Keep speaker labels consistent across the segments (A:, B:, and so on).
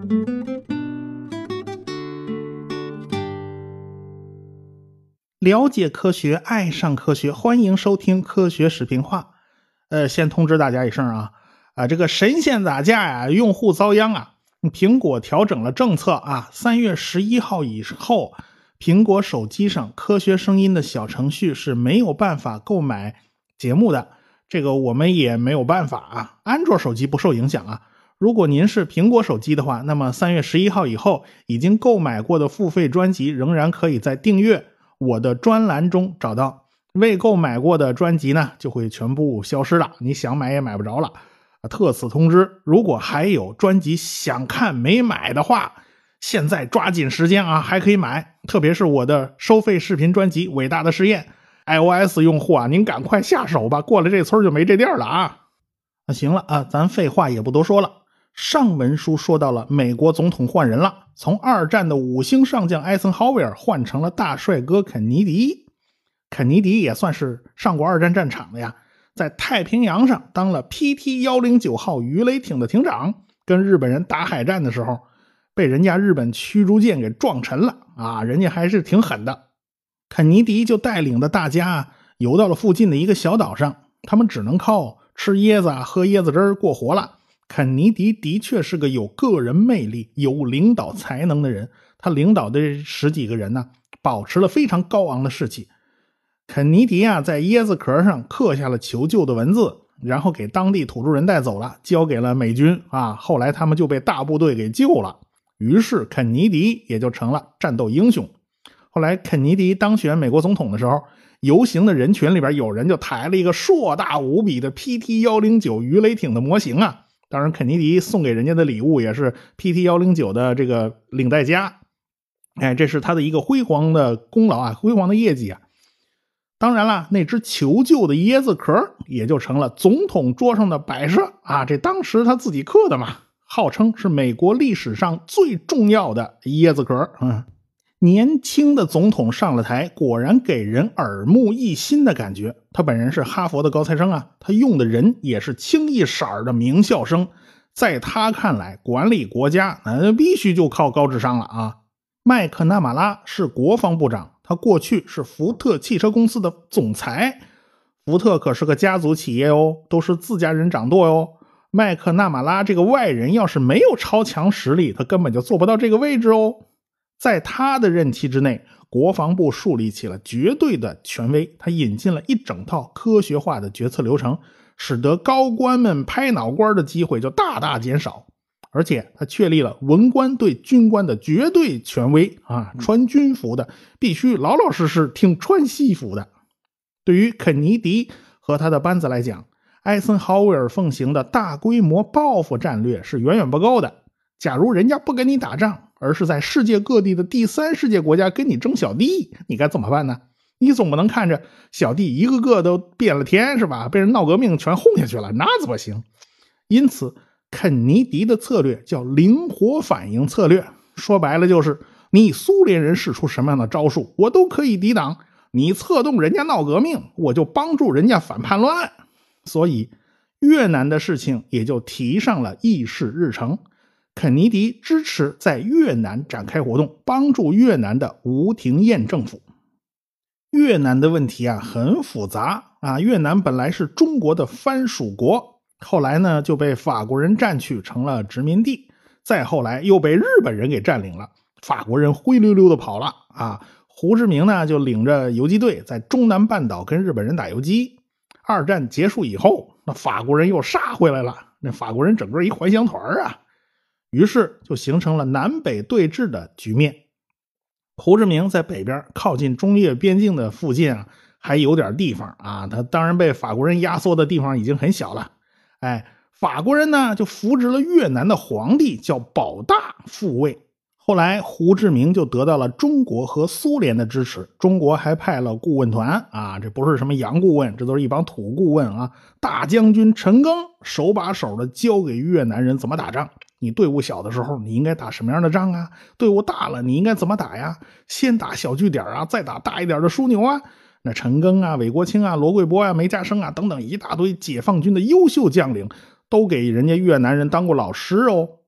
A: 了解科学，爱上科学，欢迎收听科学视频化。先通知大家一声这个神仙打架呀，用户遭殃啊！苹果调整了政策啊，3月11号以后，苹果手机上科学声音的小程序是没有办法购买节目的，这个我们也没有办法啊。安卓手机不受影响啊。如果您是苹果手机的话，那么3月11号以后已经购买过的付费专辑仍然可以在订阅我的专栏中找到，未购买过的专辑呢就会全部消失了，你想买也买不着了。特此通知，如果还有专辑想看没买的话，现在抓紧时间啊，还可以买，特别是我的收费视频专辑《伟大的实验》，iOS 用户啊，您赶快下手吧，过了这村就没这地儿了啊。行了啊，咱废话也不多说了。上文书说到了美国总统换人了，从二战的5星上将艾森豪威尔换成了大帅哥肯尼迪。肯尼迪也算是上过二战战场的呀，在太平洋上当了 PT-109 号鱼雷艇的艇长，跟日本人打海战的时候被人家日本驱逐舰给撞沉了啊，人家还是挺狠的。肯尼迪就带领着大家游到了附近的一个小岛上，他们只能靠吃椰子喝椰子汁过活了。肯尼迪的确是个有个人魅力、有领导才能的人，他领导的10几个人呢，保持了非常高昂的士气。肯尼迪在椰子壳上刻下了求救的文字，然后给当地土著人带走了，交给了美军后来他们就被大部队给救了，于是肯尼迪也就成了战斗英雄。后来肯尼迪当选美国总统的时候，游行的人群里边有人就抬了一个硕大无比的 PT-109 鱼雷艇的模型啊。当然肯尼迪送给人家的礼物也是 PT-109 的这个领带夹，这是他的一个辉煌的功劳辉煌的业绩啊。当然了，那只求救的椰子壳也就成了总统桌上的摆设这当时他自己刻的嘛，号称是美国历史上最重要的椰子壳。年轻的总统上了台，果然给人耳目一新的感觉。他本人是哈佛的高材生他用的人也是清一色的名校生。在他看来，管理国家必须就靠高智商了麦克纳马拉是国防部长，他过去是福特汽车公司的总裁。福特可是个家族企业都是自家人掌舵麦克纳马拉这个外人要是没有超强实力，他根本就做不到这个位置在他的任期之内，国防部树立起了绝对的权威，他引进了一整套科学化的决策流程，使得高官们拍脑瓜的机会就大大减少。而且他确立了文官对军官的绝对权威穿军服的必须老老实实听穿西服的。对于肯尼迪和他的班子来讲，艾森豪威尔奉行的大规模报复战略是远远不够的。假如人家不跟你打仗，而是在世界各地的第三世界国家跟你争小弟，你该怎么办呢？你总不能看着小弟一个个都变了天是吧？被人闹革命全轰下去了，那怎么行？因此肯尼迪的策略叫灵活反应策略，说白了就是你苏联人使出什么样的招数我都可以抵挡，你策动人家闹革命，我就帮助人家反叛乱案。所以越南的事情也就提上了议事日程。肯尼迪支持在越南展开活动，帮助越南的吴廷艳政府。越南的问题很复杂越南本来是中国的藩属国，后来呢就被法国人占去成了殖民地，再后来又被日本人给占领了，法国人灰溜溜的跑了胡志明呢就领着游击队在中南半岛跟日本人打游击。二战结束以后，那法国人又杀回来了，那法国人整个一怀乡团于是就形成了南北对峙的局面。胡志明在北边靠近中越边境的附近还有点地方他当然被法国人压缩的地方已经很小了。法国人呢就扶植了越南的皇帝叫保大复位。后来胡志明就得到了中国和苏联的支持，中国还派了顾问团这不是什么洋顾问，这都是一帮土顾问大将军陈赓手把手的教给越南人怎么打仗。你队伍小的时候你应该打什么样的仗队伍大了你应该怎么打呀？先打小据点再打大一点的枢纽那陈赓韦国清罗贵波梅家声等等一大堆解放军的优秀将领都给人家越南人当过老师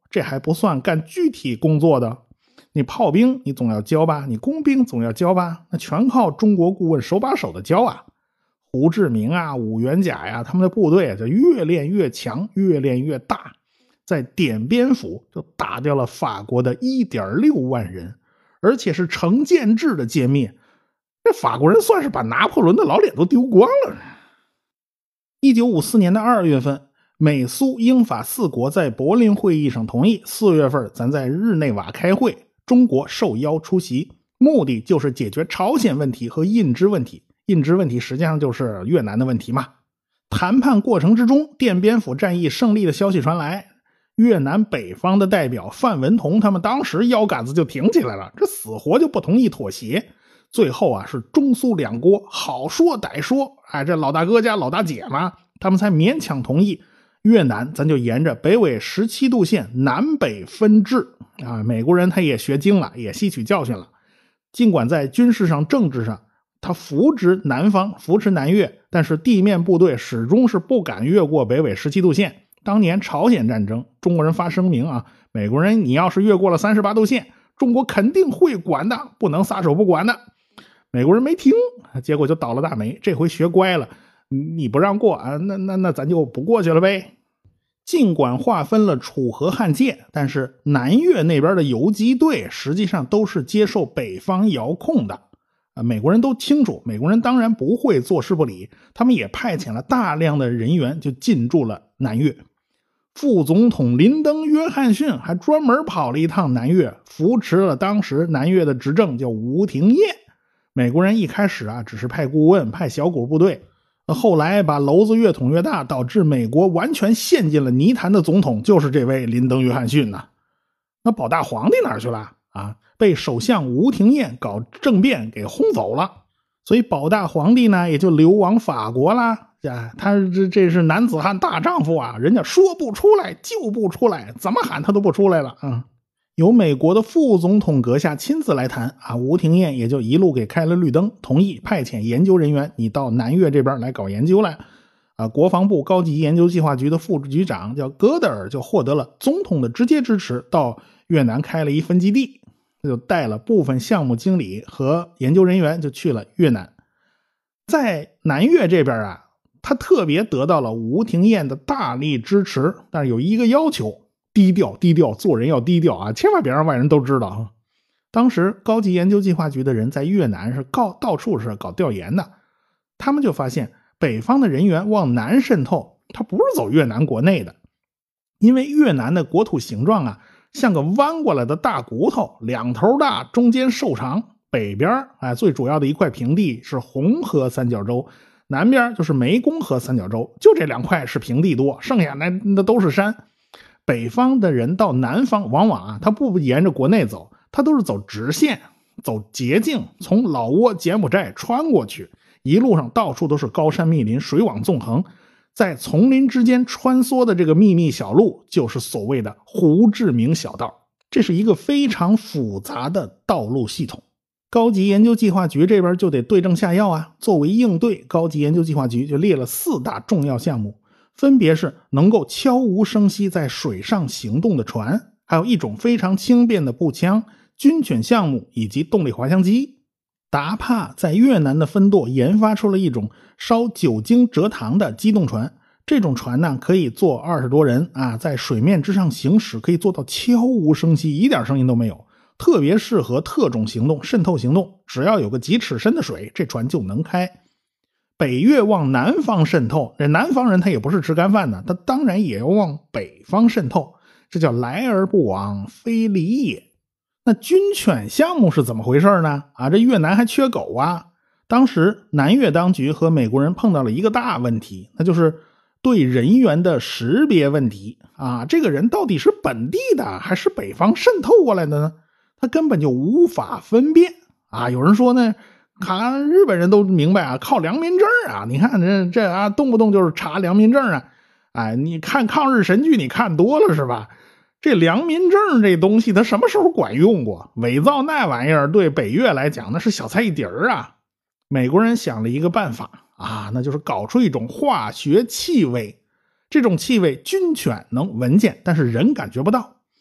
A: 这还不算干具体工作的。你炮兵你总要教吧，你工兵总要教吧，那全靠中国顾问手把手的教啊。胡志明啊、伍元甲呀，他们的部队就越练越强，越练越大，在点边府就打掉了法国的 1.6 万人，而且是成建制的歼灭。这法国人算是把拿破仑的老脸都丢光了。1954年的2月份，美苏英法4国在柏林会议上同意4月份咱在日内瓦开会，中国受邀出席，目的就是解决朝鲜问题和印支问题。印支问题实际上就是越南的问题嘛。谈判过程之中，奠边府战役胜利的消息传来，越南北方的代表范文同他们当时腰杆子就挺起来了，这死活就不同意妥协。最后啊，是中苏两国好说歹说，这老大哥加老大姐嘛，他们才勉强同意越南咱就沿着北纬17度线南北分治啊。美国人他也学精了，也吸取教训了。尽管在军事上政治上他扶植南方，扶持南越，但是地面部队始终是不敢越过北纬17度线。当年朝鲜战争，中国人发声明啊，美国人你要是越过了38度线，中国肯定会管的，不能撒手不管的。美国人没听，结果就倒了大霉。这回学乖了，你不让过啊，那咱就不过去了呗。尽管划分了楚河汉界，但是南越那边的游击队实际上都是接受北方遥控的。美国人都清楚，美国人当然不会坐视不理，他们也派遣了大量的人员就进驻了南越。副总统林登·约翰逊还专门跑了一趟南越，扶持了当时南越的执政叫吴廷烨。美国人一开始啊只是派顾问，派小股部队，后来把篓子越捅越大，导致美国完全陷进了泥潭的总统就是这位林登·约翰逊呐。那保大皇帝哪儿去了啊？被首相吴廷烨搞政变给轰走了，所以保大皇帝呢也就流亡法国啦。他这是男子汉大丈夫啊，人家说不出来就不出来，怎么喊他都不出来了啊。由美国的副总统阁下亲自来谈啊，吴廷烨也就一路给开了绿灯，同意派遣研究人员你到南越这边来搞研究来。国防部高级研究计划局的副局长叫戈德尔就获得了总统的直接支持，到越南开了一分基地，就带了部分项目经理和研究人员就去了越南。在南越这边啊，他特别得到了吴廷烨的大力支持，但是有一个要求，低调低调，做人要低调啊，千万别让外人都知道啊。当时高级研究计划局的人在越南是到处是搞调研的，他们就发现北方的人员往南渗透，他不是走越南国内的，因为越南的国土形状啊像个弯过来的大骨头，两头大，中间瘦长。北边最主要的一块平地是红河三角洲，南边就是湄公河三角洲，就这两块是平地多，剩下那都是山。北方的人到南方往往他不沿着国内走，他都是走直线，走捷径，从老挝柬埔寨穿过去，一路上到处都是高山密林，水网纵横，在丛林之间穿梭的这个秘密小路就是所谓的胡志明小道。这是一个非常复杂的道路系统，高级研究计划局这边就得对症下药啊。作为应对，高级研究计划局就列了4大重要项目，分别是能够悄无声息在水上行动的船，还有一种非常轻便的步枪、军犬项目以及动力滑翔机。达帕在越南的分舵研发出了一种烧酒精蔗糖的机动船，这种船呢可以坐20多人啊，在水面之上行驶，可以做到悄无声息，一点声音都没有，特别适合特种行动、渗透行动，只要有个几尺深的水，这船就能开。北越往南方渗透，这南方人他也不是吃干饭的，他当然也要往北方渗透，这叫来而不往非礼也。那军犬项目是怎么回事呢？这越南还缺狗啊。当时南越当局和美国人碰到了一个大问题，那就是对人员的识别问题啊，这个人到底是本地的还是北方渗透过来的呢？他根本就无法分辨啊。有人说呢，看日本人都明白啊，靠良民证啊，你看这动不动就是查良民证啊。你看抗日神剧你看多了是吧？这良民证这东西它什么时候管用过？伪造那玩意儿对北越来讲那是小菜一碟啊。美国人想了一个办法啊，那就是搞出一种化学气味，这种气味军犬能闻见，但是人感觉不到。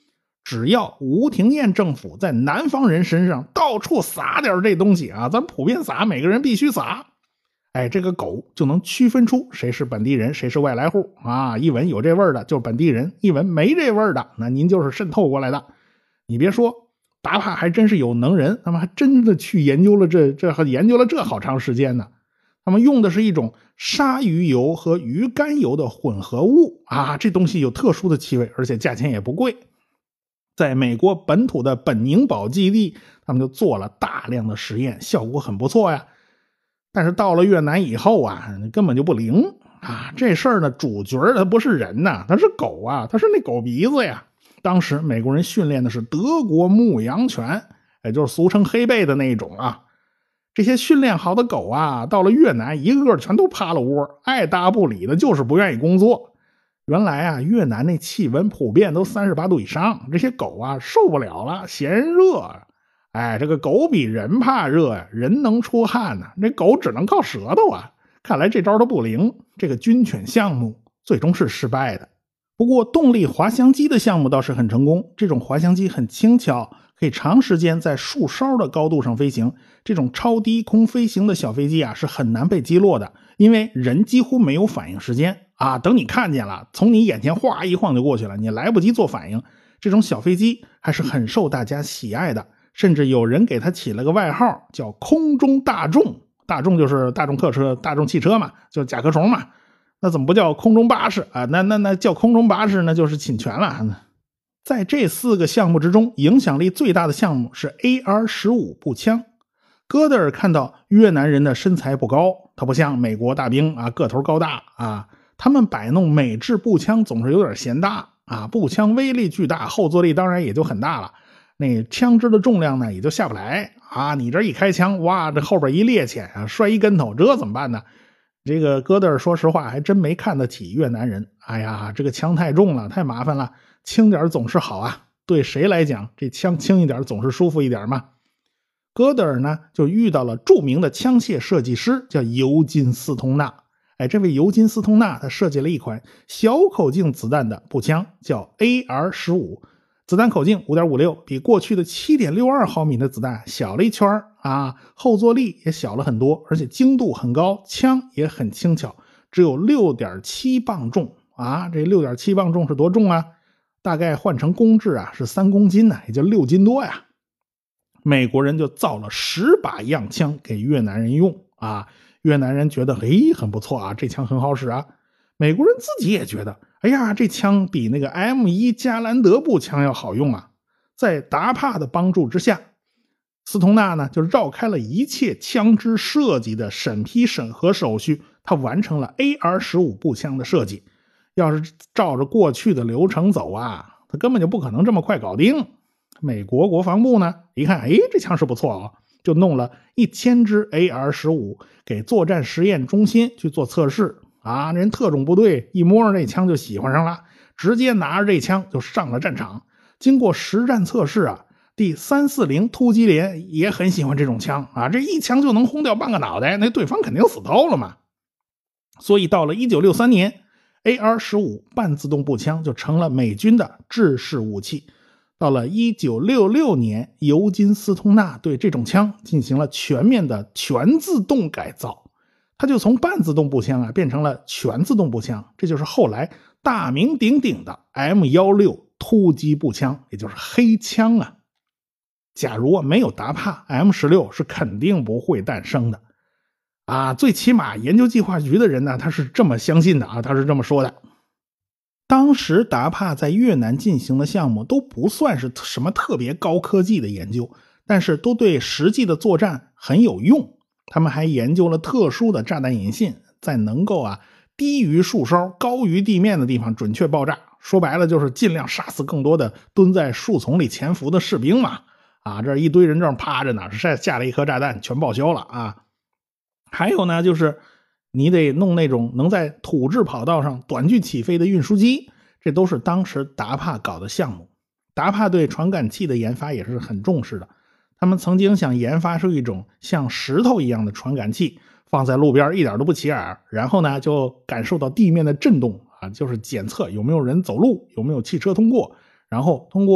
A: 只要吴廷艳政府在南方人身上到处撒点这东西啊，咱普遍撒，每个人必须撒，这个狗就能区分出谁是本地人，谁是外来户啊。一闻有这味儿的就是本地人，一闻没这味儿的，那您就是渗透过来的。你别说，达帕还真是有能人，他们还真的去研究了研究了这好长时间呢。他们用的是一种鲨鱼油和鱼肝油的混合物啊，这东西有特殊的气味，而且价钱也不贵。在美国本土的本宁堡基地，他们就做了大量的实验，效果很不错呀。但是到了越南以后啊，根本就不灵啊！这事儿呢，主角他不是人呐，他是狗啊，他是那狗鼻子呀。当时美国人训练的是德国牧羊犬，也就是俗称黑背的那一种啊。这些训练好的狗啊，到了越南一个个全都趴了窝，爱搭不理的，就是不愿意工作。原来啊，越南那气温普遍都38度以上，这些狗啊受不了了，嫌热。这个狗比人怕热呀，人能出汗呢，这狗只能靠舌头啊。看来这招都不灵，这个军犬项目最终是失败的。不过动力滑翔机的项目倒是很成功，这种滑翔机很轻巧，可以长时间在树梢的高度上飞行。这种超低空飞行的小飞机啊，是很难被击落的，因为人几乎没有反应时间啊。等你看见了，从你眼前哗一晃就过去了，你来不及做反应。这种小飞机还是很受大家喜爱的，甚至有人给它起了个外号叫空中大众。大众就是大众客车、大众汽车嘛，就是甲壳虫嘛。那怎么不叫空中巴士啊？那叫空中巴士，那就是侵权了。在这4个项目之中，影响力最大的项目是 AR-15 步枪。戈德尔看到越南人的身材不高，他不像美国大兵啊，个头高大啊，他们摆弄美制步枪总是有点嫌大啊。步枪威力巨大，后坐力当然也就很大了，那枪支的重量呢也就下不来啊。你这一开枪，哇，这后边一趔趄啊，摔一跟头，这怎么办呢？这个戈德尔说实话还真没看得起越南人。这个枪太重了，太麻烦了，轻点总是好啊。对谁来讲，这枪轻一点总是舒服一点嘛。戈德尔呢就遇到了著名的枪械设计师，叫尤金斯通纳。这位尤金斯通纳他设计了一款小口径子弹的步枪，叫 AR-15。子弹口径 5.56， 比过去的 7.62 毫米的子弹小了一圈啊，后坐力也小了很多，而且精度很高，枪也很轻巧，只有 6.7 磅重啊。这 6.7 磅重是多重啊？大概换成公制啊是3公斤呢，也就6斤多呀。美国人就造了10把样枪给越南人用啊，越南人觉得很不错啊，这枪很好使啊。美国人自己也觉得，这枪比那个 M1 加兰德步枪要好用啊。在达帕的帮助之下，斯通纳呢就绕开了一切枪支设计的审批审核手续，他完成了 AR-15 步枪的设计。要是照着过去的流程走啊，他根本就不可能这么快搞定。美国国防部呢一看，这枪是不错啊，就弄了1000支 AR-15 给作战实验中心去做测试啊。人特种部队一摸着这枪就喜欢上了，直接拿着这枪就上了战场。经过实战测试啊，第340突击连也很喜欢这种枪啊，这一枪就能轰掉半个脑袋，那对方肯定死透了嘛。所以到了1963年 AR-15 半自动步枪就成了美军的制式武器。到了1966年，尤金斯通纳对这种枪进行了全面的全自动改造，它就从半自动步枪变成了全自动步枪，这就是后来大名鼎鼎的 M16 突击步枪，也就是黑枪啊。假如没有达帕， M16 是肯定不会诞生的啊。最起码研究计划局的人呢，他是这么相信的啊，他是这么说的。当时达帕在越南进行的项目都不算是什么特别高科技的研究，但是都对实际的作战很有用。他们还研究了特殊的炸弹引信，在能够低于树梢高于地面的地方准确爆炸，说白了就是尽量杀死更多的蹲在树丛里潜伏的士兵嘛。这一堆人正趴着呢，下了一颗炸弹全报销了啊。还有呢，就是你得弄那种能在土质跑道上短距起飞的运输机，这都是当时达帕搞的项目。达帕对传感器的研发也是很重视的，他们曾经想研发出一种像石头一样的传感器，放在路边一点都不起眼，然后呢就感受到地面的震动就是检测有没有人走路，有没有汽车通过，然后通过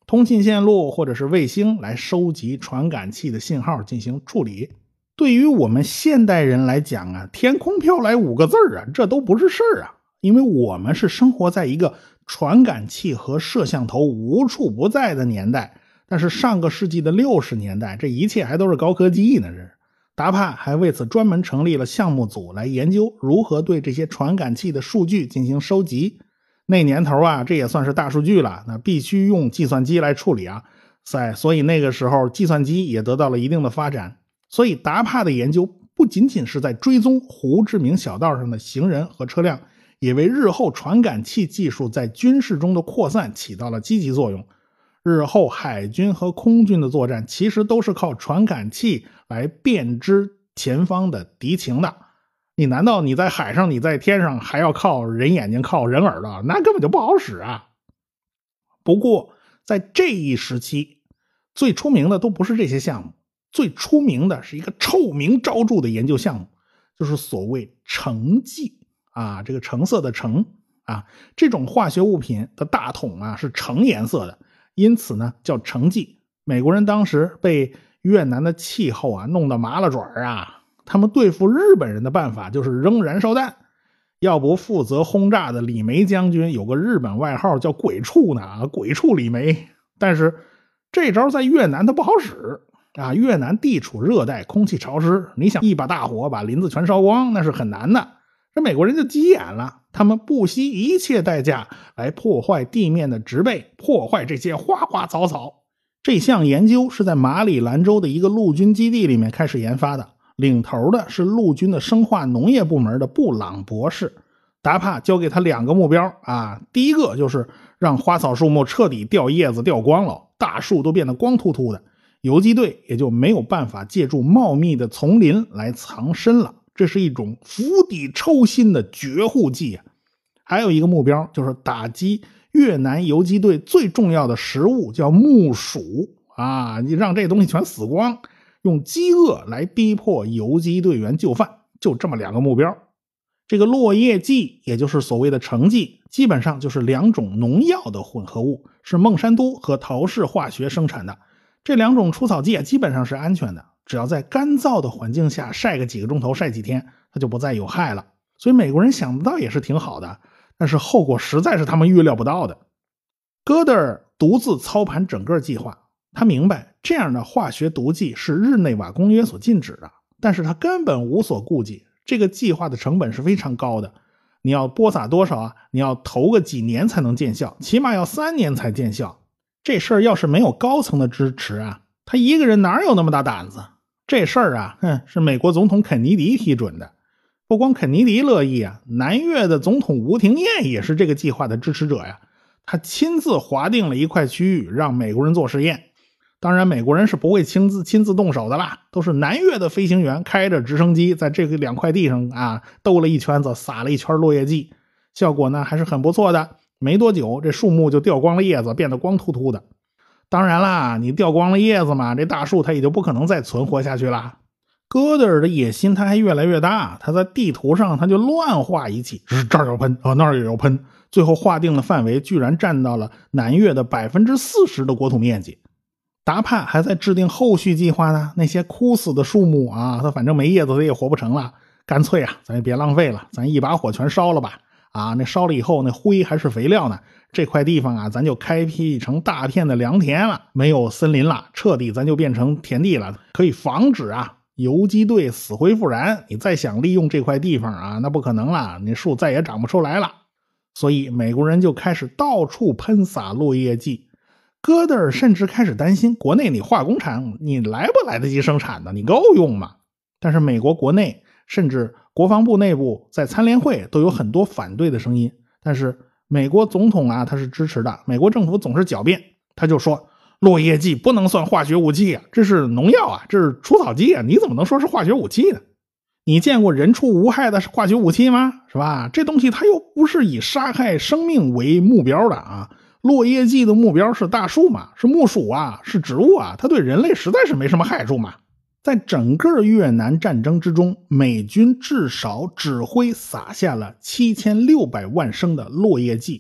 A: 通信线路或者是卫星来收集传感器的信号进行处理。对于我们现代人来讲啊，天空飘来5个字啊，这都不是事儿啊，因为我们是生活在一个传感器和摄像头无处不在的年代。但是上个世纪的60年代，这一切还都是高科技呢。这达帕还为此专门成立了项目组来研究如何对这些传感器的数据进行收集。那年头啊，这也算是大数据了，那必须用计算机来处理啊。所以那个时候计算机也得到了一定的发展。所以达帕的研究不仅仅是在追踪胡志明小道上的行人和车辆，也为日后传感器技术在军事中的扩散起到了积极作用。日后海军和空军的作战其实都是靠传感器来辨知前方的敌情的。你难道你在海上你在天上还要靠人眼睛靠人耳朵？那根本就不好使啊。不过在这一时期最出名的都不是这些项目，最出名的是一个臭名昭著的研究项目，就是所谓橙剂啊，这个橙色的橙啊，这种化学物品的大桶啊是橙颜色的，因此呢叫橙剂。美国人当时被越南的气候啊弄得麻了爪啊，他们对付日本人的办法就是扔燃烧弹。要不负责轰炸的李梅将军有个日本外号叫鬼畜呢，鬼畜李梅。但是这招在越南它不好使啊，越南地处热带，空气潮湿，你想一把大火把林子全烧光那是很难的。这美国人就急眼了，他们不惜一切代价来破坏地面的植被，破坏这些花花草草。这项研究是在马里兰州的一个陆军基地里面开始研发的，领头的是陆军的生化农业部门的布朗博士。达帕交给他2个目标啊，第一个就是让花草树木彻底掉叶子掉光了，大树都变得光秃秃的，游击队也就没有办法借助茂密的丛林来藏身了。这是一种釜底抽薪的绝户计啊。还有一个目标就是打击越南游击队最重要的食物，叫木薯啊，你让这东西全死光，用饥饿来逼迫游击队员就范，就这么2个目标。这个落叶剂也就是所谓的橙剂，基本上就是2种农药的混合物，是孟山都和陶氏化学生产的。这2种除草剂基本上是安全的，只要在干燥的环境下晒个几个钟头，晒几天，它就不再有害了。所以美国人想得到也是挺好的，但是后果实在是他们预料不到的。戈德尔独自操盘整个计划，他明白这样的化学毒剂是日内瓦公约所禁止的，但是他根本无所顾忌，这个计划的成本是非常高的。你要播撒多少啊？你要投个几年才能见效，起码要3年才见效。这事儿要是没有高层的支持啊，他一个人哪有那么大胆子？这事儿啊，是美国总统肯尼迪批准的。不光肯尼迪乐意啊，南越的总统吴廷艳也是这个计划的支持者呀。他亲自划定了一块区域让美国人做实验。当然美国人是不会亲自动手的啦，都是南越的飞行员开着直升机在这个2块地上啊兜了一圈子，撒了一圈落叶剂，效果呢还是很不错的。没多久这树木就掉光了叶子，变得光秃秃的。当然啦，你掉光了叶子嘛，这大树它也就不可能再存活下去了。戈德尔的野心他还越来越大，他在地图上他就乱画一气，这儿有喷那儿也有喷，最后划定的范围居然占到了南越的 40% 的国土面积。达帕还在制定后续计划呢，那些枯死的树木啊，它反正没叶子它也活不成了，干脆啊咱也别浪费了，咱一把火全烧了吧。啊，那烧了以后那灰还是肥料呢，这块地方啊咱就开辟成大片的良田了，没有森林了，彻底咱就变成田地了，可以防止啊游击队死灰复燃。你再想利用这块地方啊，那不可能了，你树再也长不出来了。所以美国人就开始到处喷洒落叶剂。戈德尔甚至开始担心，国内你化工厂你来不来得及生产的，你够用吗？但是美国国内甚至国防部内部在参联会都有很多反对的声音，但是美国总统啊他是支持的，美国政府总是狡辩，他就说落叶剂不能算化学武器啊，这是农药啊，这是除草剂啊，你怎么能说是化学武器呢？你见过人畜无害的化学武器吗？是吧？这东西它又不是以杀害生命为目标的啊。落叶剂的目标是大树嘛，是木薯啊，是植物啊，它对人类实在是没什么害处嘛。在整个越南战争之中，美军至少指挥撒下了7600万升的落叶剂，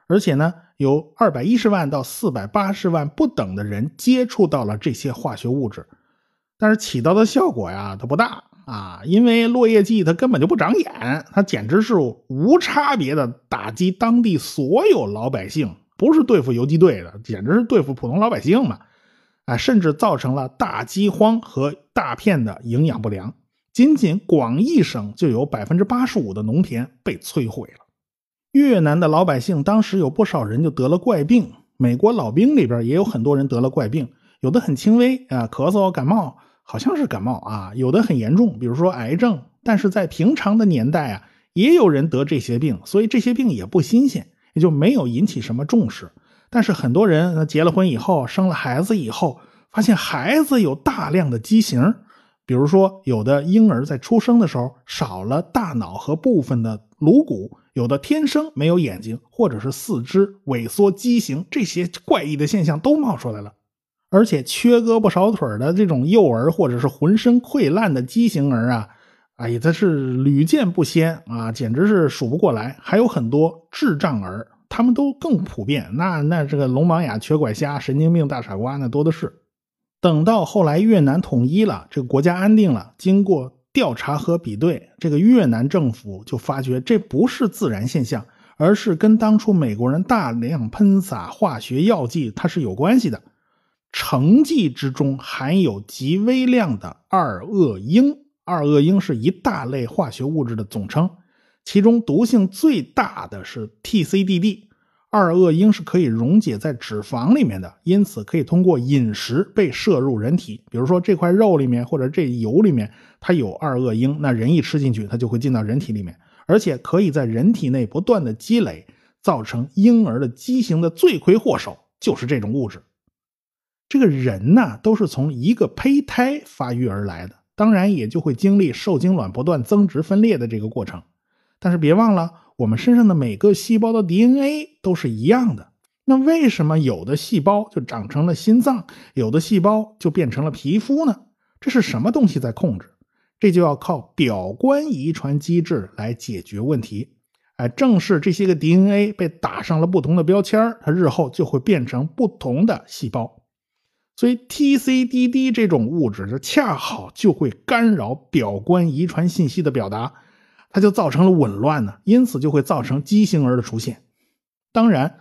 A: 而且呢，有210万到480万不等的人接触到了这些化学物质，但是起到的效果呀，它不大啊，因为落叶剂它根本就不长眼，它简直是无差别的打击当地所有老百姓，不是对付游击队的，简直是对付普通老百姓嘛。甚至造成了大饥荒和大片的营养不良。仅仅广义省就有 85% 的农田被摧毁了。越南的老百姓当时有不少人就得了怪病，美国老兵里边也有很多人得了怪病，有的很轻微咳嗽感冒，好像是感冒有的很严重，比如说癌症。但是在平常的年代也有人得这些病，所以这些病也不新鲜，也就没有引起什么重视。但是很多人结了婚以后，生了孩子以后，发现孩子有大量的畸形，比如说有的婴儿在出生的时候少了大脑和部分的颅骨，有的天生没有眼睛，或者是四肢萎缩畸形，这些怪异的现象都冒出来了。而且缺胳膊少腿的这种幼儿，或者是浑身溃烂的畸形儿它是屡见不鲜简直是数不过来。还有很多智障儿，他们都更普遍，那这个聋盲哑瘸拐瞎神经病大傻瓜那多的是。等到后来越南统一了，这个国家安定了，经过调查和比对，这个越南政府就发觉这不是自然现象，而是跟当初美国人大量喷洒化学药剂它是有关系的。橙剂之中含有极微量的二恶英，二恶英是一大类化学物质的总称，其中毒性最大的是 TCDD。 二恶英是可以溶解在脂肪里面的，因此可以通过饮食被摄入人体。比如说这块肉里面或者这油里面它有二恶英，那人一吃进去它就会进到人体里面，而且可以在人体内不断的积累，造成婴儿的畸形的罪魁祸首就是这种物质。这个人都是从一个胚胎发育而来的，当然也就会经历受精卵不断增殖分裂的这个过程。但是别忘了，我们身上的每个细胞的 DNA 都是一样的，那为什么有的细胞就长成了心脏，有的细胞就变成了皮肤呢？这是什么东西在控制？这就要靠表观遗传机制来解决问题。正是这些个 DNA 被打上了不同的标签，它日后就会变成不同的细胞。所以 TCDD 这种物质恰好就会干扰表观遗传信息的表达，它就造成了紊乱呢，因此就会造成畸形儿的出现。当然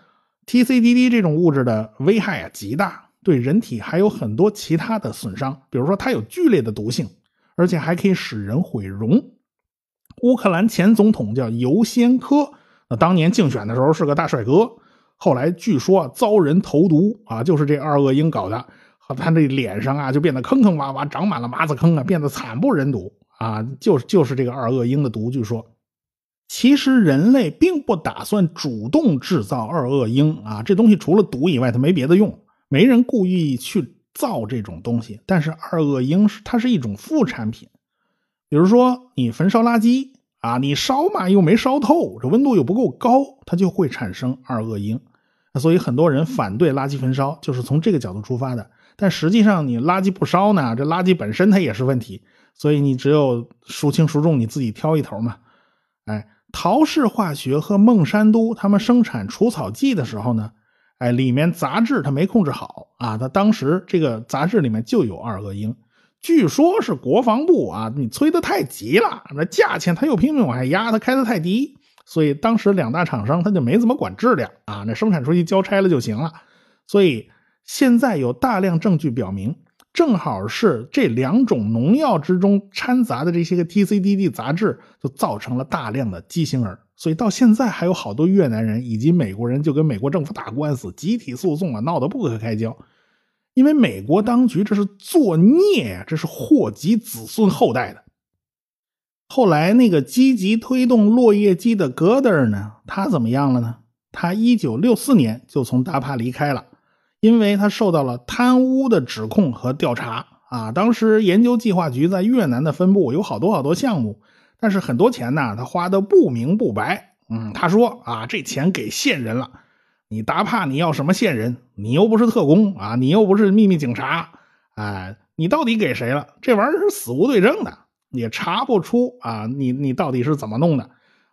A: TCDD 这种物质的危害极大，对人体还有很多其他的损伤，比如说它有剧烈的毒性，而且还可以使人毁容。乌克兰前总统叫尤先科，当年竞选的时候是个大帅哥，后来据说遭人投毒就是这二恶英搞的，他这脸上就变得坑坑洼洼，长满了麻子坑变得惨不忍睹就是这个二恶英的毒。据说其实人类并不打算主动制造二恶英这东西除了毒以外它没别的用，没人故意去造这种东西。但是二恶英它是一种副产品，比如说你焚烧垃圾你烧嘛又没烧透，这温度又不够高，它就会产生二恶英。所以很多人反对垃圾焚烧就是从这个角度出发的。但实际上你垃圾不烧呢，这垃圾本身它也是问题，所以你只有孰轻孰重你自己挑一头嘛。陶氏化学和孟山都他们生产除草剂的时候呢，里面杂质它没控制好它当时这个杂质里面就有二恶英。据说是国防部你催得太急了，那价钱他又拼命往下压，他开得太低，所以当时两大厂商他就没怎么管质量那生产出去交差了就行了。所以现在有大量证据表明，正好是这两种农药之中掺杂的这些个 TCDD 杂质就造成了大量的畸形儿。所以到现在还有好多越南人以及美国人就跟美国政府打官司，集体诉讼闹得不可开交。因为美国当局这是作孽这是祸及子孙后代的。后来那个积极推动落叶机的戈德尔呢，他怎么样了呢？他1964年就从达帕离开了，因为他受到了贪污的指控和调查当时研究计划局在越南的分部有好多项目，但是很多钱呢他花得不明不白。他说这钱给线人了，你达帕你要什么线人？你又不是特工你又不是秘密警察你到底给谁了？这玩意儿是死无对证的，也查不出你到底是怎么弄的。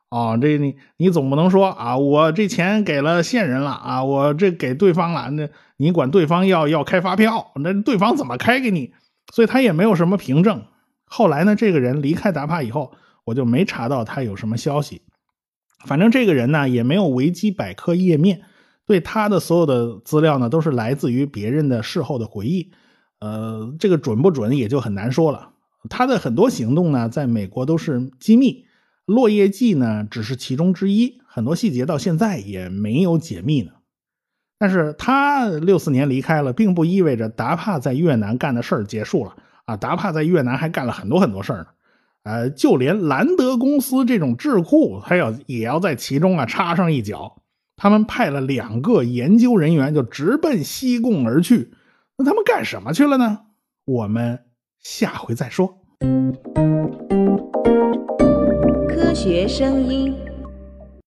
A: 你总不能说啊，我这钱给了线人了啊，我这给对方了，那你管对方要开发票，那对方怎么开给你？所以他也没有什么凭证。后来呢，这个人离开达帕以后，我就没查到他有什么消息。反正这个人呢，也没有维基百科页面，对他的所有的资料呢，都是来自于别人的事后的回忆。这个准不准也就很难说了。他的很多行动呢，在美国都是机密，落叶记呢只是其中之一，很多细节到现在也没有解密呢。但是他64年离开了，并不意味着达帕在越南干的事儿结束了啊！达帕在越南还干了很多很多事儿呢。就连兰德公司这种智库，他也要在其中插上一脚。他们派了2个研究人员就直奔西贡而去。那他们干什么去了呢？我们下回再说。
B: 科学声音。